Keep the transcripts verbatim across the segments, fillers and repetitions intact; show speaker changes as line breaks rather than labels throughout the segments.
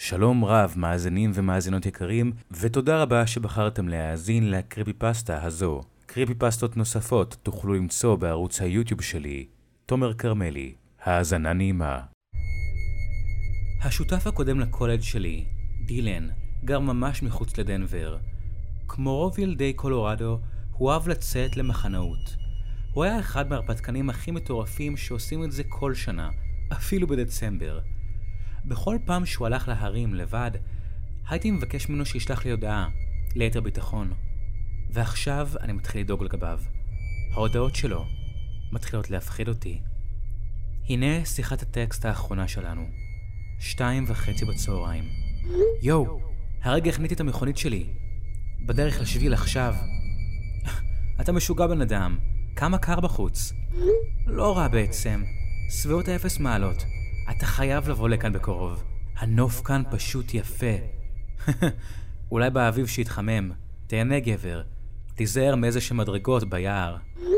שלום רב מאזינים ומאזינות יקרים, ותודה רבה שבחרתם להאזין לקריפיפסטה הזו. קריפיפסטות נוספות תוכלו למצוא בערוץ היוטיוב שלי, תומר קרמלי. האזנה נעימה. השותף הקודם לקולג' שלי, דילן, גר ממש מחוץ לדנבר. כמו רוב ילדי קולורדו, הוא אהב לצאת למחנאות. הוא היה אחד מהרפתקנים הכי מטורפים שעושים את זה כל שנה, אפילו בדצמבר. בכל פעם שהוא הלך להרים לבד, הייתי מבקש ממנו שישלח לי הודעה, ליתר ביטחון. ועכשיו אני מתחיל לדאוג לגביו. ההודעות שלו מתחילות להפחיד אותי. הנה שיחת הטקסט האחרונה שלנו. שתיים וחצי בצהריים. יו, הרגע הכניתי את המכונית שלי. בדרך לשביל עכשיו. אתה משוגע בן אדם. כמה קר בחוץ. לא רע בעצם. סביבות האפס מעלות. אתה חייב לבוא לכאן בקרוב. הנוף כאן פשוט יפה. אולי באביב שיתחמם. תהנה גבר. תיזהר מאיזה שמדרגות ביער.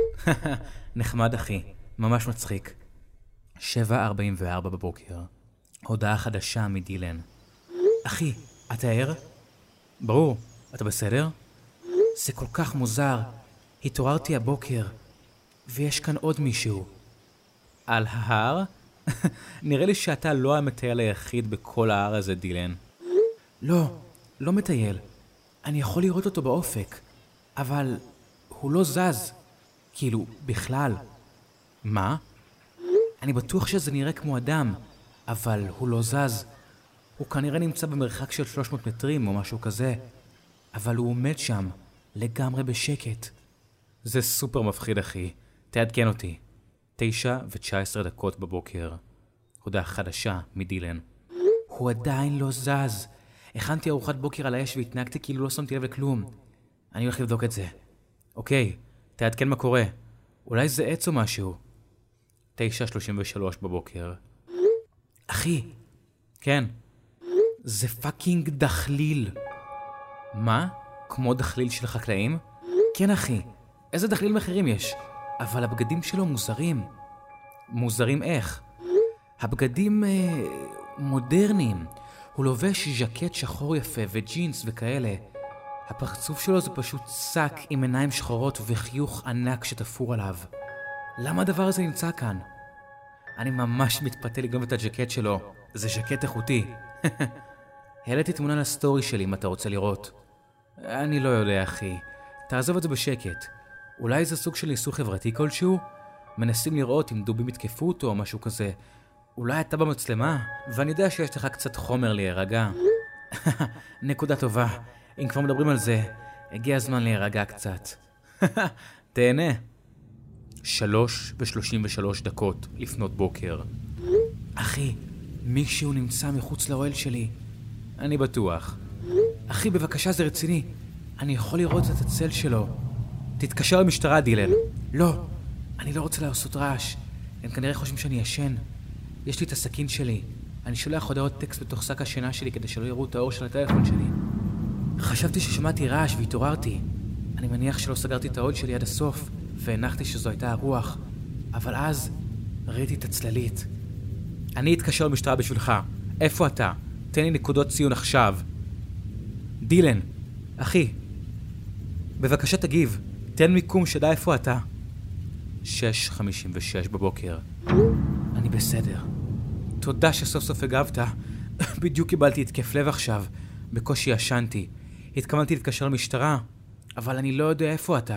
נחמד אחי. ממש מצחיק. שבע ארבעים וארבע בבוקר. הודעה חדשה מדילן. אחי, אתה ער? ברור. אתה בסדר? זה כל כך מוזר. התעוררתי הבוקר. ויש כאן עוד מישהו. על ההר? נראה לי שאתה לא המטייל היחיד בכל ההר הזה, דילן. לא, לא מטייל. אני יכול לראות אותו באופק. אבל הוא לא זז. כאילו, בכלל. מה? אני בטוח שזה נראה כמו אדם, אבל הוא לא זז. הוא כנראה נמצא במרחק של שלוש מאות מטרים או משהו כזה. אבל הוא עומד שם, לגמרי בשקט. זה סופר מפחיד, אחי. תעדכן אותי. תשע ותשע עשרה דקות בבוקר. הודעה חדשה מדילן. הוא עדיין לא זז. הכנתי ארוחת בוקר על האש והתנהגתי כאילו לא שמתי לב לכלום. אני הולך לבדוק את זה. אוקיי, תעדכן מה קורה. אולי זה עץ או משהו. תשע שלושים ושלוש בבוקר. אחי. כן. זה פאקינג דחליל. מה? כמו דחליל של חקלאים? כן אחי. איזה דחליל מחירים יש? אבל הבגדים שלו מוזרים. מוזרים איך? הבגדים אה, מודרניים. הוא לובש ז'קט שחור יפה וג'ינס וכאלה. הפרצוף שלו זה פשוט שק עם עיניים שחורות וחיוך ענק שתפור עליו. למה הדבר הזה נמצא כאן? אני ממש מתפתה לגנוב את הז'קט שלו. זה ז'קט איכותי. העליתי תמונה לסטורי שלי אם אתה רוצה לראות. אני לא יודע אחי. תעזוב את זה בשקט. אולי זה סוג של ניסוי חברתי כלשהו? מנסים לראות אם דובים יתקפו אותו או משהו כזה. אולי אתה במצלמה? ואני יודע שיש לך קצת חומר להירגע. נקודה טובה. אם כבר מדברים על זה, הגיע הזמן להירגע קצת. תהנה. שלוש ושלושים ושלוש דקות לפנות בוקר. אחי, מישהו נמצא מחוץ לאוהל שלי. אני בטוח. אחי, בבקשה, זה רציני. אני יכול לראות את הצל שלו. תתקשר למשטרה, דילן. לא, אני לא רוצה לעשות רעש. הם כנראה חושבים שאני ישן. יש לי את הסכין שלי. אני שולח הודעות טקסט בתוך שק השינה שלי כדי שלא יראו את האור של הטלפון שלי. חשבתי ששמעתי רעש והתעוררתי. אני מניח שלא סגרתי את האוהל שלי עד הסוף, והנחתי שזו הייתה הרוח. אבל אז ראיתי את הצללית. אני אתקשר למשטרה בשבילך. איפה אתה? תן לי נקודות ציון עכשיו. דילן, אחי, בבקשה תגיב. תן מיקום שדע איפה אתה. שש חמישים ושש בבוקר. אני בסדר. תודה שסוף סוף הגבת. בדיוק קיבלתי התקף לב עכשיו. בקושי ישנתי. התכוונתי להתקשר למשטרה, אבל אני לא יודע איפה אתה.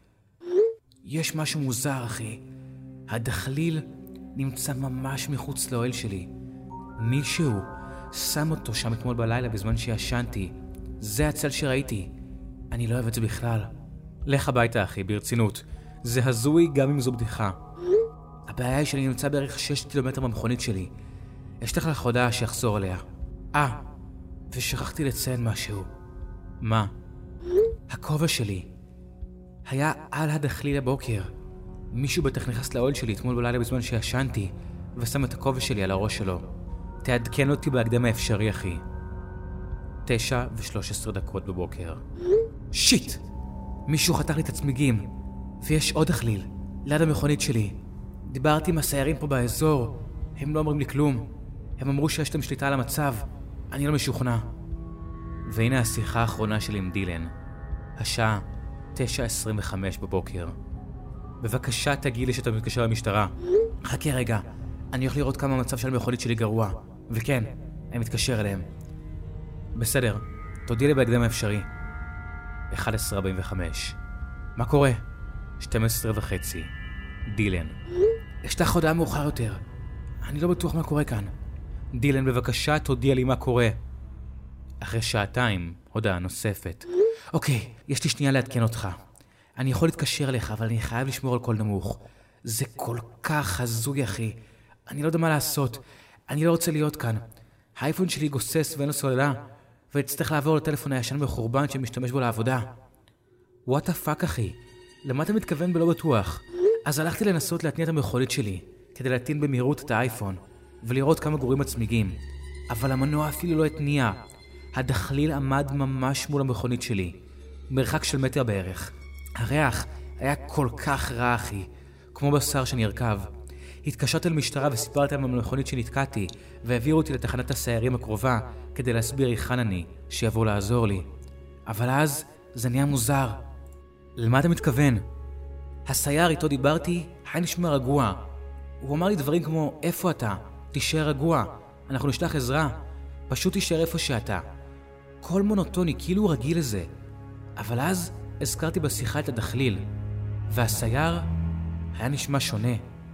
יש משהו מוזר, אחי. הדחליל נמצא ממש מחוץ לאוהל שלי. מישהו שם אותו שם אתמול בלילה בזמן שישנתי. זה הצל שראיתי. אני לא אוהב את זה בכלל. לך הביתה, אחי, ברצינות. זה הזוי גם אם זו בדיחה. הבעיה היא שאני נמצא בערך שש קילומטר במכונית שלי. אשלח לך הודעה שיחזור עליה. אה, ושכחתי לציין משהו. מה? הכובע שלי היה על הדחליל הבוקר. מישהו בטח נכנס לאוהל שלי אתמול בלילה בזמן שישנתי, ושם את הכובע שלי על הראש שלו. תעדכן אותי בהקדם האפשרי, אחי. תשע ושלוש עשרה דקות בבוקר. שיט! מישהו חתך לי את הצמיגים, ויש עוד דחליל, ליד המכונית שלי. דיברתי עם הסיירים פה באזור, הם לא אומרים לי כלום. הם אמרו שיש להם שליטה על המצב. אני לא משוכנע. והנה השיחה האחרונה שלי עם דילן. השעה תשע עשרים וחמש בבוקר. בבקשה תגיד לי שאתה מתקשר למשטרה. חכה רגע, אני הולך לראות כמה המצב של המכונית שלי גרוע. וכן, אני מתקשר אליהם. בסדר, תודיע לי בהקדם האפשרי. אחת עשרה ארבעים וחמש. מה קורה? שתים עשרה וחצי. דילן. יש לך הודעה מאוחר יותר. אני לא בטוח מה קורה כאן. דילן, בבקשה תודיע לי מה קורה. אחרי שעתיים, הודעה נוספת. אוקיי, יש לי שנייה לעדכן אותך. אני יכול להתקשר אליך, אבל אני חייב לשמור על קול נמוך. זה כל כך הזוי, אחי. אני לא יודע מה לעשות. אני לא רוצה להיות כאן. האייפון שלי גוסס ואין לו סוללה, והצטרך לעבור לטלפון הישן מחורבן שמשתמש בו לעבודה. וואט הפאק, אחי? למה אתה מתכוון בלא בטוח? אז הלכתי לנסות להתניע את המכונית שלי, כדי להטעין במהירות את האייפון, ולראות כמה גורים הצמיגים. אבל המנוע אפילו לא התניע. הדחליל עמד ממש מול המכונית שלי, מרחק של מטר בערך. הריח היה כל כך רע, אחי, כמו בשר שנרכב. התקשרתי למשטרה וסיפרתי על המכונית שנתקעתי, והעבירו אותי לתחנת הסיירים הקרובה כדי להסביר היכן אני, שיבוא לעזור לי. אבל אז זה נהיה מוזר. למה אתה מתכוון? הסייר איתו דיברתי היה נשמע רגוע. הוא אמר לי דברים כמו, איפה אתה? תישאר רגוע, אנחנו נשלח עזרה. פשוט תישאר איפה שאתה. כל מונוטוני, כאילו הוא רגיל לזה. אבל אז הזכרתי בשיחה את הדחליל, והסייר היה נשמע שונה.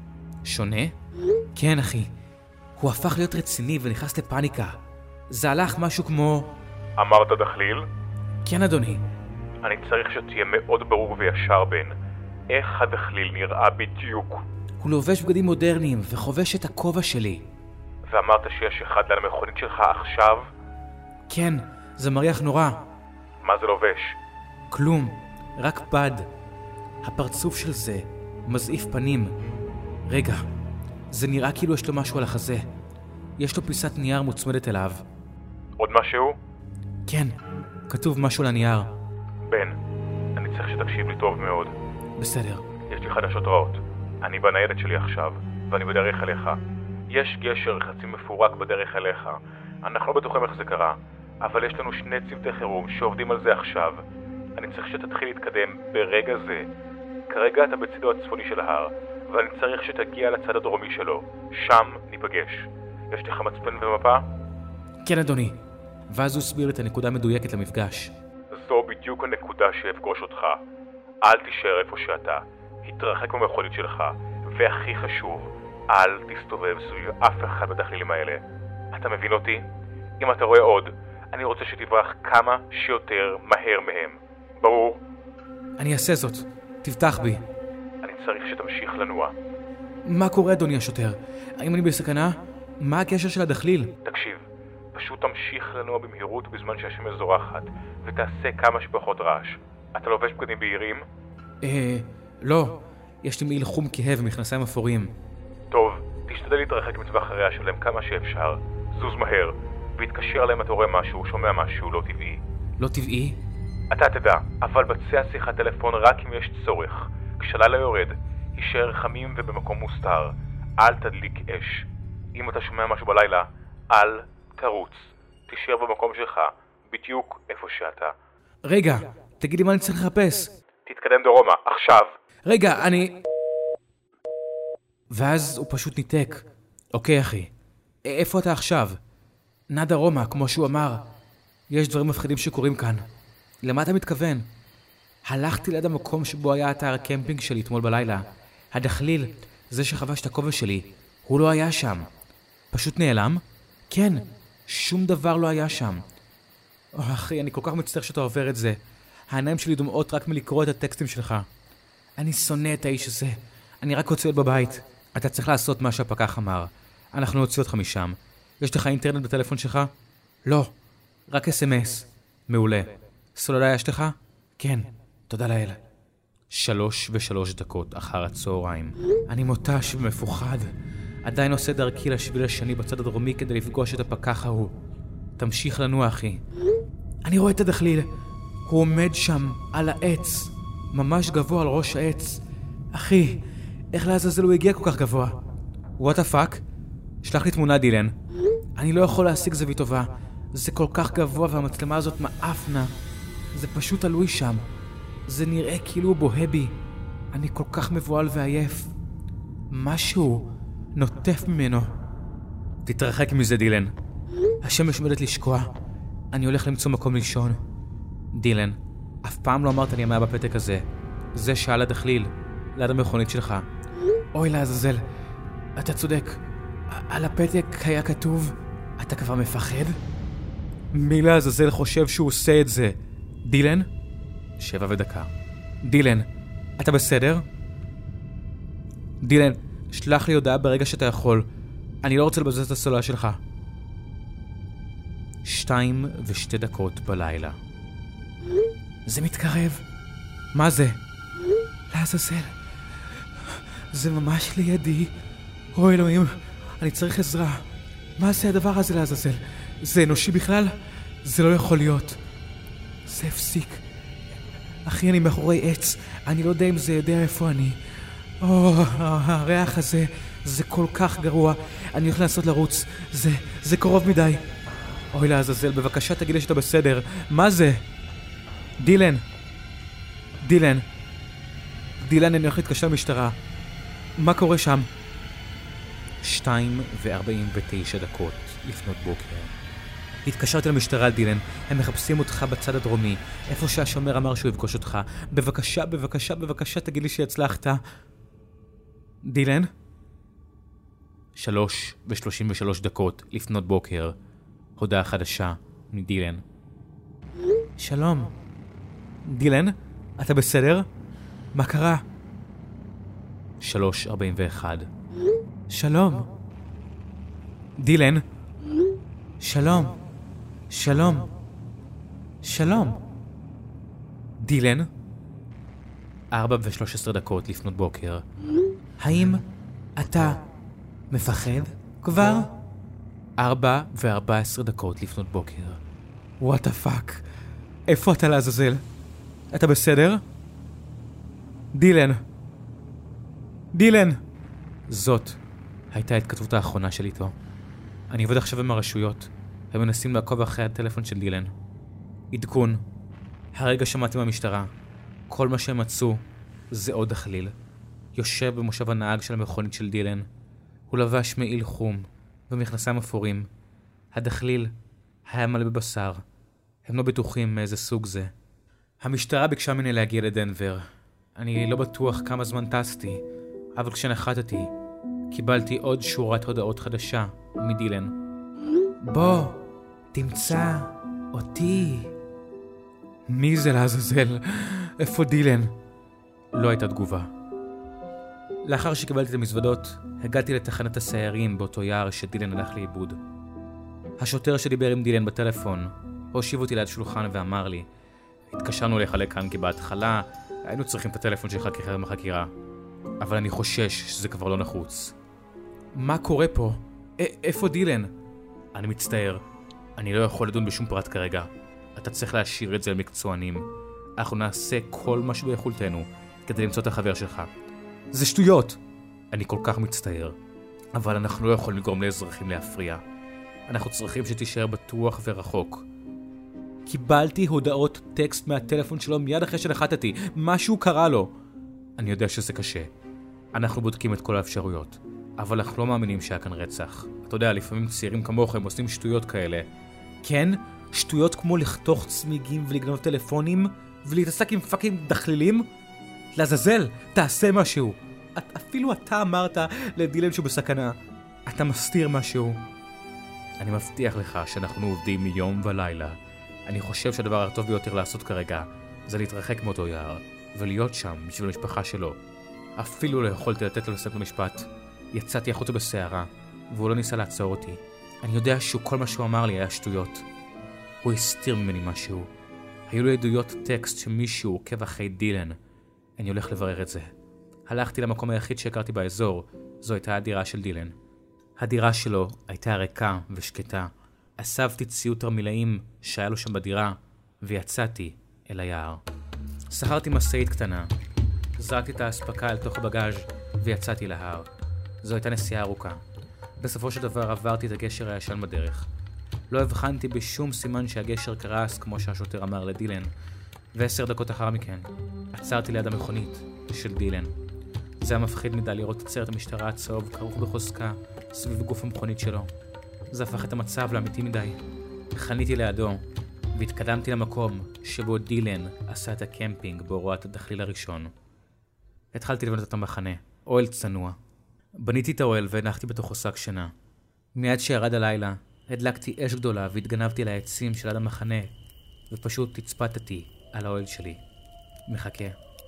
שונה? כן, אחי. הוא הפך להיות רציני ונכנס לפאניקה. זה הלך משהו כמו...
אמרת דחליל?
כן, אדוני.
אני צריך שתהיה מאוד ברור וישר בין איך הדחליל נראה בדיוק.
הוא לובש בגדים מודרניים וחובש את הכובע שלי.
ואמרת שיש אחד על המכונית שלך עכשיו?
כן, זה מריח נורא.
מה זה לובש?
כלום, רק בד. הפרצוף של זה מזעיף פנים. רגע, זה נראה כאילו יש לו משהו על החזה. יש לו פיסת נייר מוצמדת אליו.
עוד משהו?
כן, כתוב משהו על הנייר.
בן, אני צריך שתקשיב לי טוב מאוד.
בסדר.
יש לי חדשות רעות. אני בניידת שלי עכשיו, ואני בדרך אליך. יש גשר חצי מפורק בדרך אליך. אנחנו לא בטוחים איך זה קרה, אבל יש לנו שני צוותי חירום שעובדים על זה עכשיו. אני צריך שתתחיל להתקדם ברגע זה. כרגע אתה בצדו הצפוני של ההר, ואני צריך שתגיע לצד הדרומי שלו. שם ניפגש. יש לך מצפן ומפה?
כן, אדוני. ואז הוא הסביר את הנקודה המדויקת למפגש.
זו בדיוק הנקודה שאפגוש אותך. אל תישאר איפה שאתה. התרחק במכונית שלך. והכי חשוב, אל תסתובב סביב אף אחד בדחלילים האלה. אתה מבין אותי? אם אתה רואה עוד, אני רוצה שתברח כמה שיותר מהר מהם. ברור?
אני אעשה זאת. תבטח בי.
אני צריך שתמשיך לנוע.
מה קורה, אדוני השוטר? האם אני בסכנה? מה הקשר של הדחליל?
תקשיב, פשוט תמשיך לנוע במהירות בזמן שהשמש זורחת, ותעשה כמה שפחות רעש. אתה לובש בגדים בהירים?
אה, לא. יש לי מעיל חום כהה ומכנסיים אפורים.
טוב, תשתדל להתרחק מטווח הריאה שלהם כמה שאפשר. זוז מהר, והתקשר עליהם אתה רואה משהו, שומע משהו לא טבעי.
לא טבעי?
אתה תדע, אבל בצע שיחת טלפון רק אם יש צורך. כשלילה יורד, יישאר חמים ובמקום מוסתר. אל תדליק אש. אם אתה שומע משהו בלילה, אל תרוץ. תישאר במקום שלך, בדיוק איפה שאתה.
רגע, תגיד לי מה אני צריך לחפש.
תתקדם דרומה, עכשיו.
רגע, אני... ואז הוא פשוט ניתק. אוקיי, אחי. איפה אתה עכשיו? נע דרומה, כמו שהוא אמר. יש דברים מפחידים שקורים כאן. למה אתה מתכוון? הלכתי ליד המקום שבו היה אתר הקמפינג שלי אתמול בלילה. הדחליל, זה שחבש את הכובע שלי, הוא לא היה שם. פשוט נעלם? כן, שום דבר לא היה שם. או, אחי, אני כל כך מצטער שאתה עובר את זה. העיניים שלי דומעות רק מלקרוא את הטקסטים שלך. אני שונא את האיש הזה. אני רק רוצה להיות בבית. אתה צריך לעשות מה שהפקח אמר. אנחנו נוציא אותך משם. יש לך אינטרנט בטלפון שלך? לא, רק אס אם אס. מעולה. סוללה יש לך? כן, תודה לאל. שלוש ושלוש דקות אחר הצהריים. אני מוטש ומפוחד. עדיין עושה דרכי לשביל השני בצד הדרומי כדי לפגוש את הפקח ההוא. תמשיך לנוע, אחי. אני רואה את הדחליל. הוא עומד שם על העץ. ממש גבוה על ראש העץ. אחי, איך לעזאזל הוא הגיע כל כך גבוה? What the fuck? שלח לי תמונה, דילן. אני לא יכול להשיג זווית טובה. זה כל כך גבוה והמצלמה הזאת מאפנה. זה פשוט עלוי שם. זה נראה כאילו הוא בוהה בי. אני כל כך מבועל ועייף. משהו נוטף ממנו. תתרחק מזה, דילן. השמש עומדת לשקוע. אני הולך למצוא מקום לישון. דילן, אף פעם לא אמרת לי מה היה בפתק הזה. זה שעל הדחליל, ליד המכונית שלך. אוי לעזאזל, אתה צודק. על הפתק היה כתוב, אתה כבר מפחד? מי לעזאזל חושב שהוא עושה את זה? דילן? שבע ודקה. דילן, אתה בסדר? דילן, שלח לי הודעה ברגע שאתה יכול. אני לא רוצה לבזבז את הסוללה שלך. שתיים ושתי דקות בלילה. זה מתקרב. מה זה? לעזאזל. זה ממש לידי. אוי אלוהים, אני צריך עזרה. מה זה הדבר הזה לעזאזל? זה אנושי בכלל? זה לא יכול להיות. זה הפסיק. אחי, אני מאחורי עץ. אני לא יודע אם זה יודע איפה אני. או, הריח הזה, זה כל כך גרוע. אני הולך לנסות לרוץ. זה, זה קרוב מדי. אוי לעזאזל, בבקשה תגיד לי שאתה בסדר. מה זה? דילן. דילן. דילן, אני הולך להתקשר למשטרה. מה קורה שם? שתיים וארבעים ותשע דקות לפנות בוקר. התקשרתי למשטרה על דילן. הם מחפשים אותך בצד הדרומי, איפה שהשומר אמר שהוא יפגוש אותך. בבקשה, בבקשה, בבקשה תגיד לי שהצלחת. דילן? שלוש ושלושים ושלוש דקות לפנות בוקר. הודעה חדשה מדילן. שלום. דילן, אתה בסדר? מה קרה? שלוש ארבעים ואחת. שלום. דילן. שלום. שלום. שלום. דילן. ארבע ושלוש עשרה דקות לפנות בוקר. האם אתה מפחד כבר? ארבע וארבע עשרה דקות לפנות בוקר. What the fuck? איפה אתה לעזאזל? אתה בסדר? דילן. דילן. זאת הייתה ההתכתבות האחרונה שלי איתו. אני עובד עכשיו עם הרשויות. הם מנסים לעקוב אחרי הטלפון של דילן. עדכון. הרגע שמעתי מהמשטרה. כל מה שהם מצאו זה עוד דחליל. יושב במושב הנהג של המכונית של דילן. הוא לבש מעיל חום ומכנסיים אפורים. הדחליל היה מלא בבשר. הם לא בטוחים מאיזה סוג זה. המשטרה ביקשה ממני להגיע לדנבר. אני לא בטוח כמה זמן טסתי, אבל כשנחתתי, קיבלתי עוד שורת הודעות חדשה מדילן. בוא, תמצא אותי. מי זה לעזאזל? איפה דילן? לא הייתה תגובה. לאחר שקיבלתי את המזוודות, הגעתי לתחנת הסיירים באותו יער שדילן הלך לאיבוד. השוטר שדיבר עם דילן בטלפון הושיב אותי ליד שולחן ואמר לי, התקשרנו לחלק כאן כי בהתחלה היינו צריכים את הטלפון שלך כחלק מהחקירה, אבל אני חושש שזה כבר לא נחוץ. מה קורה פה? א- איפה דילן? אני מצטער, אני לא יכול לדון בשום פרט כרגע. אתה צריך להשאיר את זה למקצוענים. אנחנו נעשה כל מה שביכולתנו כדי למצוא את החבר שלך. זה שטויות! אני כל כך מצטער, אבל אנחנו לא יכולים לגרום לאזרחים להפריע. אנחנו צריכים שתישאר בטוח ורחוק. קיבלתי הודעות טקסט מהטלפון שלו מיד אחרי שנחתתי. משהו קרה לו. אני יודע שזה קשה. אנחנו בודקים את כל האפשרויות, אבל אנחנו לא מאמינים שהיה כאן רצח. אתה יודע, לפעמים צעירים כמוכם עושים שטויות כאלה. כן? שטויות כמו לחתוך צמיגים ולגנוב טלפונים ולהתעסק עם פאקינג דחלילים? לעזאזל, תעשה משהו. את, אפילו אתה אמרת לדילן שהוא בסכנה. אתה מסתיר משהו. אני מבטיח לך שאנחנו עובדים מיום ולילה. אני חושב שהדבר הטוב ביותר לעשות כרגע זה להתרחק מאותו יער ולהיות שם בשביל המשפחה שלו. אפילו לא יכולתי לתת לו לסיים את המשפט. יצאתי החוצה בסערה והוא לא ניסה לעצור אותי. אני יודע שכל מה שהוא אמר לי היה שטויות. הוא הסתיר ממני משהו. היו לו עדויות טקסט שמישהו עוקב אחרי דילן. אני הולך לברר את זה. הלכתי למקום היחיד שהכרתי באזור. זו הייתה הדירה של דילן. הדירה שלו הייתה ריקה ושקטה. אספתי ציוד תרמילאים שהיה לו שם בדירה ויצאתי אל היער. שכרתי משאית קטנה. זרקתי את האספקה אל תוך הבגאז' ויצאתי להר. זו הייתה נסיעה ארוכה. בסופו של דבר עברתי את הגשר הישן בדרך. לא הבחנתי בשום סימן שהגשר קרס כמו שהשוטר אמר לדילן, ועשר דקות אחר מכן עצרתי ליד המכונית של דילן. זה היה מפחיד מדי לראות את סרט המשטרה הצהוב כרוך בחוזקה סביב גוף המכונית שלו. זה הפך את המצב לאמיתי מדי. חניתי לידו והתקדמתי למקום שבו דילן עשה את הקמפינג בהוראת הדחליל הראשון. התחלתי לבנות את המחנה, אוהל צנוע. בניתי את האוהל והנחתי בתוכו שק שינה. מיד שירד הלילה, הדלקתי אש גדולה והתגנבתי לעצים של עד המחנה, ופשוט תצפתתי על האוהל שלי. מחכה.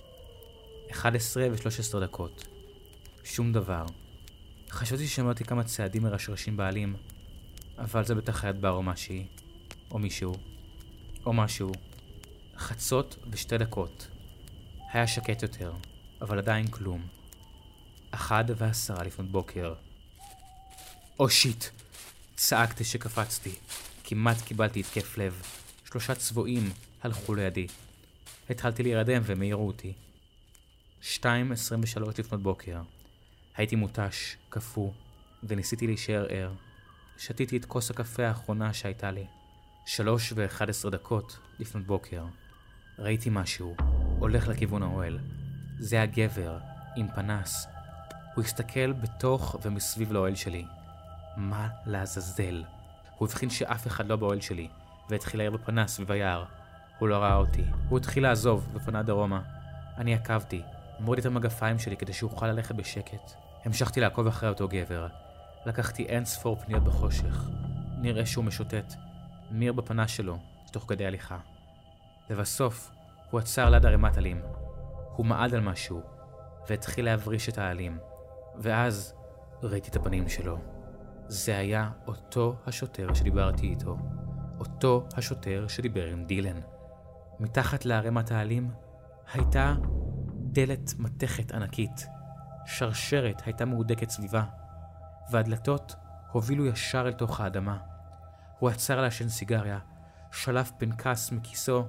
אחת עשרה ו-שלוש עשרה דקות. שום דבר. חשבתי ששמעתי כמה צעדים מרשרשים בעלים, אבל זה בטח היה דבר או משהו, או מישהו, או משהו. חצות ושתי דקות. היה שקט יותר, אבל עדיין כלום. אחד ועשרה לפנות בוקר. או שיט! צעקתי שקפצתי. כמעט קיבלתי התקף לב. שלושה צבועים הלכו לידי. התחלתי להירדם והם העירו אותי. שתיים עשרים ושלוש לפנות בוקר. הייתי מוטש, קפוא, וניסיתי להישאר ער. שתיתי את כוס הקפה האחרונה שהייתה לי. שלוש ואחת עשרה דקות לפנות בוקר. ראיתי משהו, הולך לכיוון האוהל. זה הגבר, עם פנס. הוא הסתכל בתוך ומסביב לאוהל שלי. מה לעזאזל? הוא הבחין שאף אחד לא באוהל שלי, והתחיל להעיר בפנס וביער. הוא לא ראה אותי. הוא התחיל לעזוב ופנה דרומה. אני עקבתי, מוריד את המגפיים שלי כדי שאוכל ללכת בשקט. המשכתי לעקוב אחרי אותו גבר. לקחתי אין ספור פניות בחושך. נראה שהוא משוטט. מיר בפנס שלו, תוך כדי הליכה. לבסוף, הוא עצר ליד ערימת עלים. הוא מעד על משהו, והתחיל להבריש את העלים. ואז ראיתי את הפנים שלו. זה היה אותו השוטר שדיברתי איתו. אותו השוטר שדיבר עם דילן. מתחת לערימת העלים הייתה דלת מתכת ענקית. שרשרת הייתה מהודקת סביבה, והדלתות הובילו ישר אל תוך האדמה. הוא עצר לעשן סיגריה, שלף פנקס מכיסו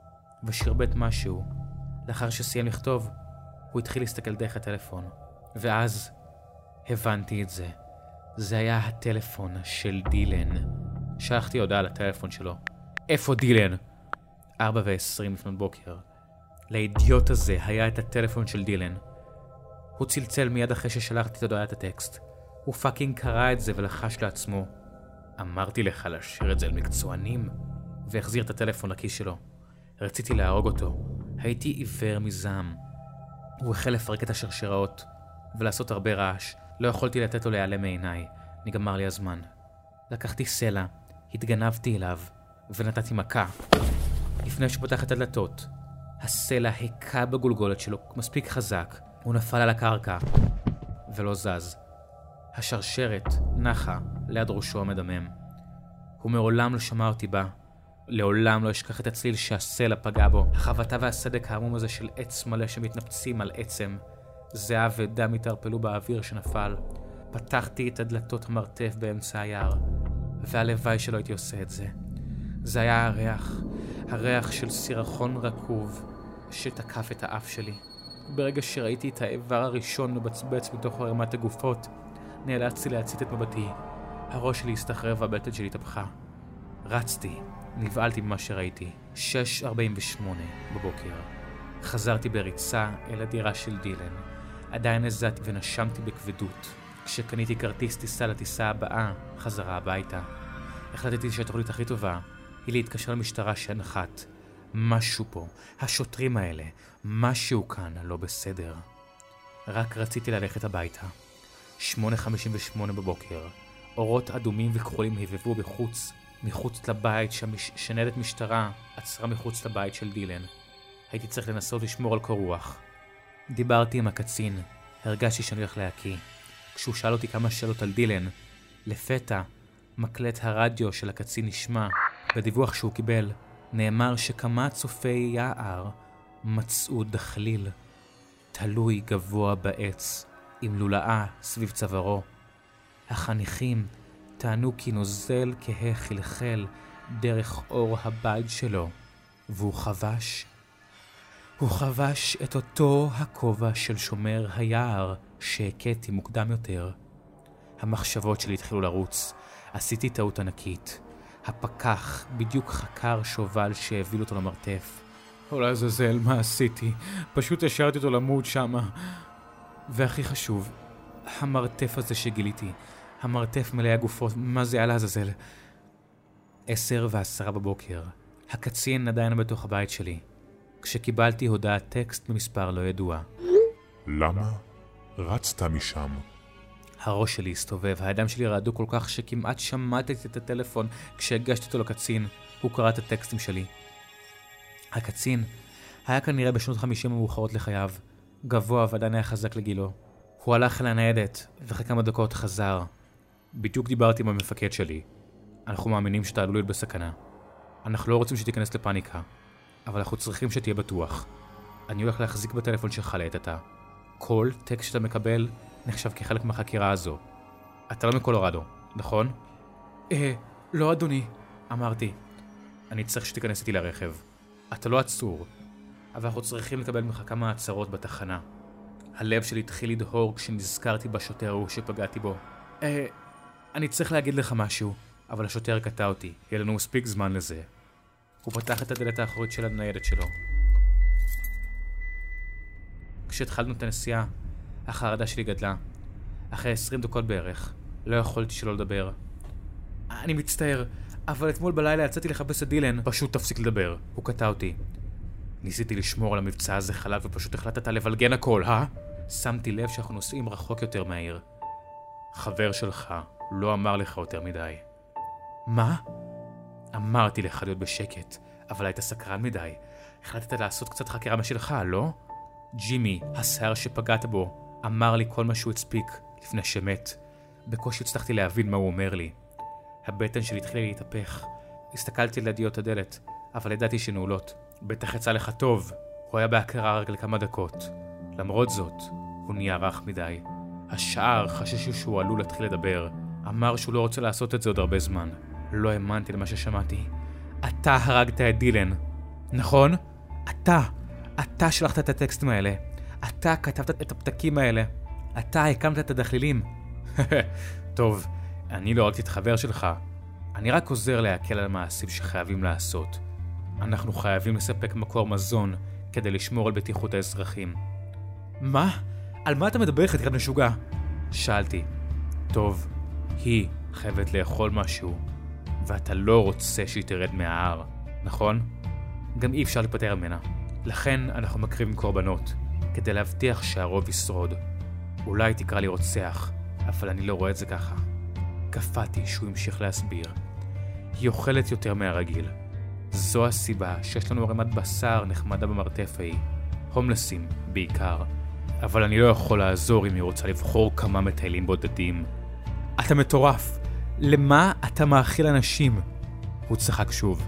ושרבט משהו. לאחר שסיים לכתוב, הוא התחיל להסתכל דרך הטלפון. ואז הבנתי את זה. זה היה הטלפון של דילן. שלחתי הודעה לטלפון שלו. איפה דילן? ארבע ועשרים לפנות בוקר. לאידיוט הזה היה את הטלפון של דילן. הוא צלצל מיד אחרי ששלחתי את הודעת הטקסט. הוא פאקינג קרא את זה ולחש לעצמו. אמרתי לך להשאיר את זה על מקצוענים, והחזיר את הטלפון לכיס שלו. רציתי להרוג אותו. הייתי עיוור מזעם. הוא החל לפרק את השרשראות ולעשות הרבה רעש. לא יכולתי לתת לו להיעלם מעיניי. נגמר לי הזמן. לקחתי סלע, התגנבתי אליו ונתתי מכה. לפני שפתח את הדלתות, הסלע הכה בגולגולת שלו מספיק חזק. הוא נפל על הקרקע ולא זז. השרשרת נחה ליד ראשו המדמם. הוא מעולם לא שמע אותי בה. לעולם לא אשכח את הצליל שהסלע פגע בו. החבטה והסדק העמום הזה של עץ מלא שמתנפצים על עצם. זהב ודם התערפלו באוויר שנפל. פתחתי את הדלתות המרתף באמצע היער, והלוואי שלא הייתי עושה את זה. זה היה הריח, הריח של סירחון רקוב שתקף את האף שלי. ברגע שראיתי את האיבר הראשון מבצבץ מתוך ערימת הגופות, נאלצתי להצית את מבטי. הראש שלי הסתחרר והבטן שלי התהפכה. רצתי, נבהלתי ממה שראיתי. שש ארבעים ושמונה בבוקר. חזרתי בריצה אל הדירה של דילן. עדיין הזעתי ונשמתי בכבדות. כשקניתי כרטיס טיסה לטיסה הבאה, חזרה הביתה. החלטתי שהתוכנית הכי טובה היא להתקשר למשטרה שהנחת. משהו פה, השוטרים האלה, משהו כאן לא בסדר. רק רציתי ללכת הביתה. שמונה חמישים ושמונה בבוקר. אורות אדומים וכחולים הבבו בחוץ, מחוץ לבית שניידת משטרה עצרה מחוץ לבית של דילן. הייתי צריך לנסות לשמור על קור רוח. דיברתי עם הקצין, הרגשתי שאני הולך להקיא. כשהוא שאל אותי כמה שאלות על דילן, לפתע מקלט הרדיו של הקצין נשמע. בדיווח שהוא קיבל נאמר שכמה צופי יער מצאו דחליל תלוי גבוה בעץ עם לולאה סביב צווארו. החניכים טענו כי נוזל כהה חלחל דרך אור הבית שלו, והוא חבש הוא חבש את אותו הכובע של שומר היער שהכיתי מוקדם יותר. המחשבות שלי התחילו לרוץ. עשיתי טעות ענקית. הפקח בדיוק חקר שובל שהביא אותו למרתף. אולי זזל, מה עשיתי? פשוט השארתי אותו למות שמה. והכי חשוב, המרתף הזה שגיליתי, המרתף מלא הגופות, מה זה היה לעזאזל? עשר ועשרה בבוקר, הקצין עדיין בתוך הבית שלי, כשקיבלתי הודעת טקסט ממספר לא ידוע.
למה רצת משם?
הראש שלי הסתובב, הידיים שלי רעדו כל כך שכמעט שמעתי את הטלפון כשהגשתי אותו לקצין. הוא קרא את הטקסטים שלי. הקצין היה כנראה בשנות חמישים המאוחרות לחייו, גבוה ועדיין היה חזק לגילו. הוא הלך אל הניידת ואחרי כמה דקות חזר. בדיוק דיברתי עם המפקד שלי. אנחנו מאמינים שאתה עלול להיות בסכנה. אנחנו לא רוצים שתיכנס לפאניקה, אבל אנחנו צריכים שתהיה בטוח. אני הולך להחזיק בטלפון שלך לעת עתה. כל טקסט שאתה מקבל נחשב כחלק מהחקירה הזו. אתה לא מקולורדו, נכון? אה, לא אדוני, אמרתי. אני צריך שתיכנס איתי לרכב. אתה לא עצור, אבל אנחנו צריכים לקבל ממך כמה הצהרות בתחנה. הלב שלי התחיל לדהור כשנזכרתי בשוטר ההוא שפגעתי בו. אה, אני צריך להגיד לך משהו, אבל השוטר קטע אותי. יהיה לנו מספיק זמן לזה. הוא פתח את הדלת האחורית של הניידת שלו. כשהתחלנו את הנסיעה, החרדה שלי גדלה. אחרי עשרים דקות בערך, לא יכולתי שלא לדבר. אני מצטער, אבל אתמול בלילה יצאתי לחפש את דילן. פשוט תפסיק לדבר, הוא קטע אותי. ניסיתי לשמור על המבצע הזה חלק ופשוט החלטת לבלגן הכל, אה? שמתי לב שאנחנו נוסעים רחוק יותר מהעיר. חבר שלך לא אמר לך יותר מדי. מה? אמרתי לך להיות בשקט, אבל היית סקרן מדי. החלטת לעשות קצת חקירה משלך, לא? ג'ימי, השיער שפגעת בו, אמר לי כל מה שהוא הצפיק לפני שמת. בקושי הצלחתי להבין מה הוא אומר לי. הבטן שלי התחילה להתהפך. הסתכלתי על ידיות הדלת, אבל ידעתי שנעולות. בטח יצא לך טוב. הוא היה בהכרה רק לכמה דקות. למרות זאת, הוא נהיה רך מדי. השער חשש שהוא עלול להתחיל לדבר. אמר שהוא לא רוצה לעשות את זה עוד הרבה זמן. לא האמנתי למה ששמעתי. אתה הרגת את דילן. נכון? אתה. אתה שלחת את הטקסטים האלה. אתה כתבת את הפתקים האלה. אתה הקמת את הדחלילים. טוב, אני לא הרגתי את חבר שלך. אני רק עוזר להקל על המעשים שחייבים לעשות. אנחנו חייבים לספק מקור מזון כדי לשמור על בטיחות האזרחים. מה? על מה אתה מדבר, חתיכת משוגע? שאלתי. טוב, היא חייבת לאכול משהו, ואתה לא רוצה שהיא תרד מההר, נכון? גם אי אפשר להיפטר ממנה. לכן אנחנו מקריבים קורבנות, כדי להבטיח שהרוב ישרוד. אולי תקרא לי רוצח, אבל אני לא רואה את זה ככה. קפאתי שהוא המשיך להסביר. היא אוכלת יותר מהרגיל. זו הסיבה שיש לנו ערימת בשר נחמדה במרתף ההיא. הומלסים, בעיקר. אבל אני לא יכול לעזור אם היא רוצה לבחור כמה מטיילים בודדים. אתה מטורף. למה אתה מאכיל אנשים? הוא צחק שוב.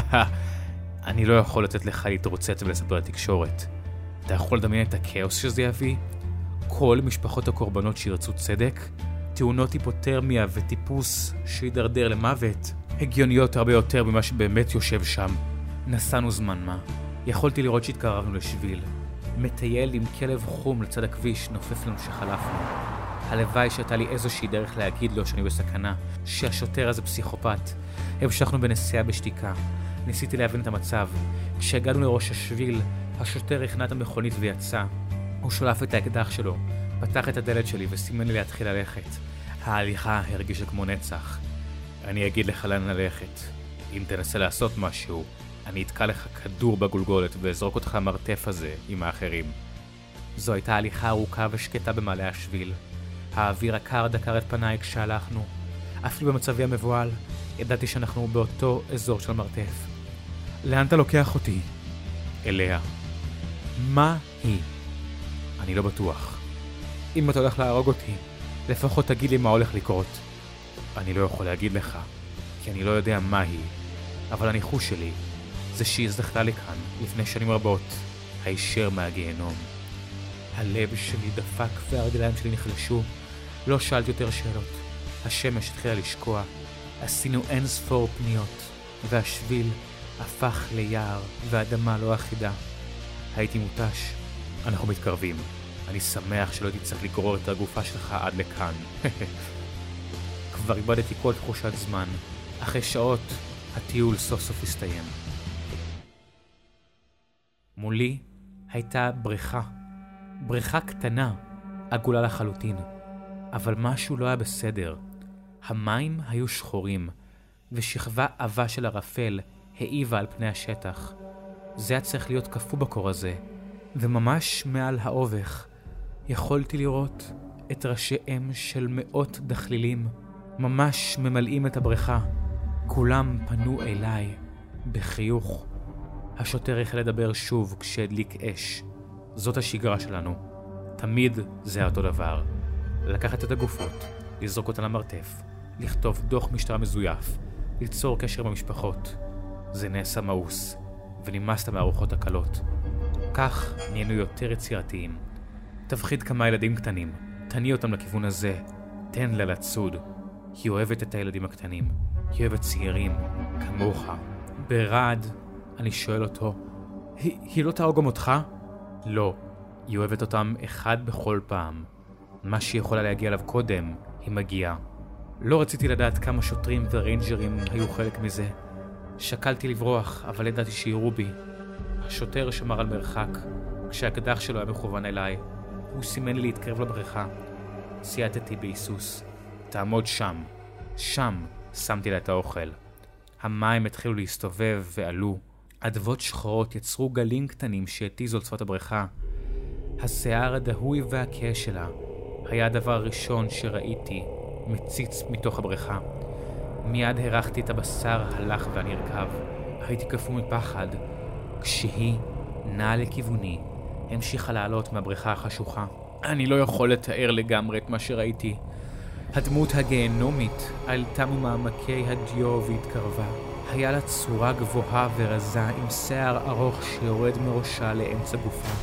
אני לא יכול לתת לך להתרוצץ ולספר לתקשורת. אתה יכול לדמיין את הכאוס שזה יביא? כל משפחות הקורבנות שירצו צדק, תאונות היפותרמיה וטיפוס שידרדר למוות, הגיוניות הרבה יותר ממה שבאמת יושב שם. נסענו זמן מה. יכולתי לראות שהתקרבנו לשביל. מטייל עם כלב חום לצד הכביש נופף לנו שחלפנו. הלוואי שהייתה לי איזושהי דרך להגיד לו שאני בסכנה, שהשוטר הזה פסיכופת. המשכנו בנסיעה בשתיקה. ניסיתי להבין את המצב. כשהגענו לראש השביל, השוטר הכנע את המכונית ויצא. הוא שולף את האקדח שלו, פתח את הדלת שלי וסימן לי להתחיל ללכת. ההליכה הרגישה כמו נצח. אני אגיד לך לאן ללכת. אם תנסה לעשות משהו, אני אתקע לך כדור בגולגולת ואזרוק אותך למרתף הזה עם האחרים. זו הייתה הליכה ארוכה ושקטה במעלה השביל. האוויר הקר דקר את פניי כשהלכנו. אפילו במצבי המבועל, ידעתי שאנחנו באותו אזור של המרתף. לאן אתה לוקח אותי? אליה. מה היא? אני לא בטוח. אם אתה הולך להרוג אותי, לפחות תגיד לי מה הולך לקרות. אני לא יכול להגיד לך, כי אני לא יודע מה היא. אבל הניחוש שלי זה שהיא זכתה לי כאן לפני שנים רבות, הישר מהגיהנום. הלב שלי דפק והרגליים שלי נחלשו. לא שאלתי יותר שאלות. השמש התחילה לשקוע. עשינו אין ספור פניות, והשביל הפך ליער והאדמה לא אחידה. הייתי מוטש. אנחנו מתקרבים. אני שמח שלא הייתי צריך לגרור את הגופה שלך עד לכאן. כבר איבדתי כל תחושת זמן. אחרי שעות, הטיול סוף סוף הסתיים. מולי הייתה בריכה. בריכה קטנה, עגולה לחלוטין. אבל משהו לא היה בסדר. המים היו שחורים, ושכבה עבה של ערפל העיבה על פני השטח. זה היה צריך להיות קפוא בקור הזה, וממש מעל האובך יכולתי לראות את ראשיהם של מאות דחלילים, ממש ממלאים את הבריכה. כולם פנו אליי בחיוך. השוטר החל לדבר שוב כשהדליק אש. זאת השגרה שלנו. תמיד זה אותו דבר. לקחת את הגופות, לזרוק אותן למרתף, לכתוב דוח משטרה מזויף, ליצור קשר במשפחות. זה נעשה מאוס, ונמאסת מהרוחות הקלות. כך נהיינו יותר יצירתיים. תפחיד כמה ילדים קטנים, תניע אותם לכיוון הזה, תן לה לצוד. היא אוהבת את הילדים הקטנים, היא אוהבת צעירים, כמוך. ברעד, אני שואל אותו, היא, היא לא תהרוג גם אותך? לא, היא אוהבת אותם אחד בכל פעם. מה שהיא יכולה להגיע אליו קודם, היא מגיעה. לא רציתי לדעת כמה שוטרים וריינג'רים היו חלק מזה. שקלתי לברוח, אבל ידעתי שיראו בי. השוטר שמר על מרחק. כשהקדח שלו היה מכוון אליי, הוא סימן לי להתקרב לבריכה. סייעתתי בהיסוס. תעמוד שם. שם שמתי לה את האוכל. המים התחילו להסתובב ועלו. אדוות שחורות יצרו גלים קטנים שהתיזו על צוות הבריכה. השיער הדהוי והכהה שלה היה הדבר הראשון שראיתי מציץ מתוך הבריכה. מיד הרחתי את הבשר הלך והנרכב. הייתי קפוא מפחד. כשהיא נעה לכיווני, המשיכה לעלות מהבריכה החשוכה. אני לא יכול לתאר לגמרי את מה שראיתי. הדמות הגהנומית עלתה ממעמקי הדיו והתקרבה. היה לה צורה גבוהה ורזה עם שיער ארוך שיורד מראשה לאמצע גופה.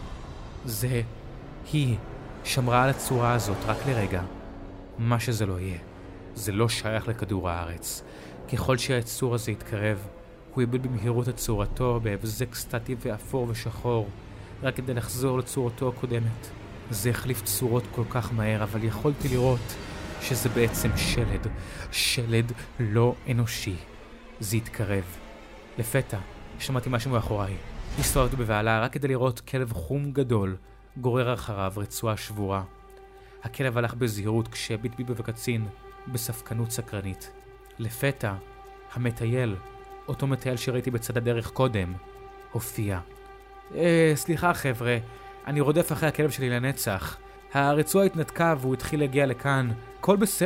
זה, היא, שמרה על הצורה הזאת רק לרגע. מה שזה לא יהיה, זה לא שייך לכדור הארץ. ככל שהיצור הזה התקרב, הוא איבד במהירות את צורתו בהבזק סטטי ואפור ושחור, רק כדי לחזור לצורתו הקודמת. זה החליף צורות כל כך מהר, אבל יכולתי לראות שזה בעצם שלד, שלד לא אנושי. זה התקרב. לפתע, שמעתי משהו מאחוריי. הסתובבתי בבעלה רק כדי לראות כלב חום גדול, גורר אחריו רצועה שבורה. הכלב הלך בזהירות כשהביט בי בקצין, בספקנות סקרנית. לפתע, המטייל, אותו מטייל שראיתי בצד הדרך קודם, הופיע. אה, סליחה חבר'ה, אני רודף אחרי הכלב שלי לנצח. הרצועה התנתקה והוא התחיל להגיע לכאן. כל בס...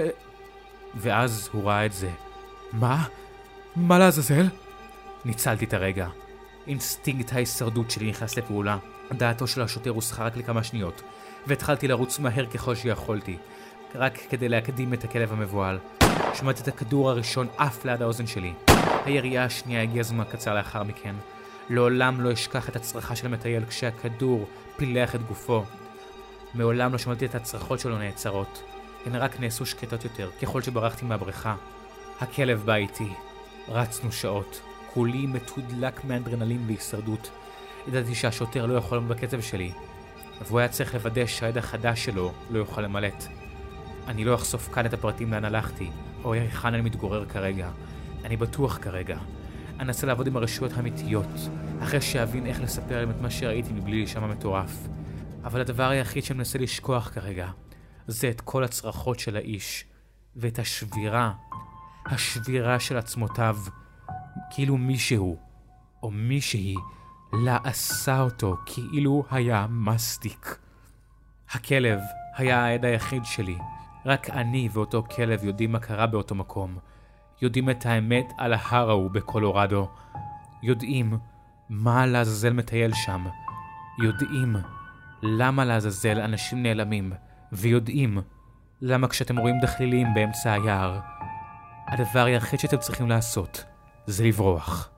ואז הוא ראה את זה. מה? מה לעזאזל? ניצלתי את הרגע. אינסטינקט ההישרדות שלי נכנס לפעולה. דעתו של השוטר הוסחה רק לכמה שניות, והתחלתי לרוץ מהר ככל שיכולתי, רק כדי להקדים את הכלב המבועל. שמעתי את הכדור הראשון אף ליד האוזן שלי. הירייה השנייה הגיעה זמן קצר לאחר מכן. לעולם לא אשכח את הצרחה של המטייל כשהכדור פילח את גופו. מעולם לא שמעתי את הצרחות שלו נעצרות. הן רק נעשו שקטות יותר ככל שברחתי מהבריכה. הכלב בא איתי. רצנו שעות. כולי מתודלק מאנדרנלין והישרדות. ידעתי שהשוטר לא יכול לעמוד בקצב שלי, והוא היה צריך לוודא שהעד החדש שלו לא יוכל למלט. אני לא אחשוף כאן את הפרטים לאן הלכתי, או היכן אני מתגורר כרגע. אני בטוח כרגע. אני אנסה לעבוד עם הרשויות האמיתיות, אחרי שאבין איך לספר להם את מה שראיתי מבלי להישמע מטורף. אבל הדבר היחיד שאני מנסה לשכוח כרגע, זה את כל הצרחות של האיש, ואת השבירה, השבירה של עצמותיו, כאילו מישהו, או מישהי, לה עשה אותו כאילו היה מסטיק. הכלב היה העד היחיד שלי. רק אני ואותו כלב יודעים מה קרה באותו מקום. יודעים את האמת על ההר ההוא בקולורדו. יודעים מה לעזאזל מטייל שם. יודעים למה לעזאזל אנשים נעלמים. ויודעים למה כשאתם רואים דחלילים באמצע היער, הדבר היחיד שאתם צריכים לעשות זה לברוח.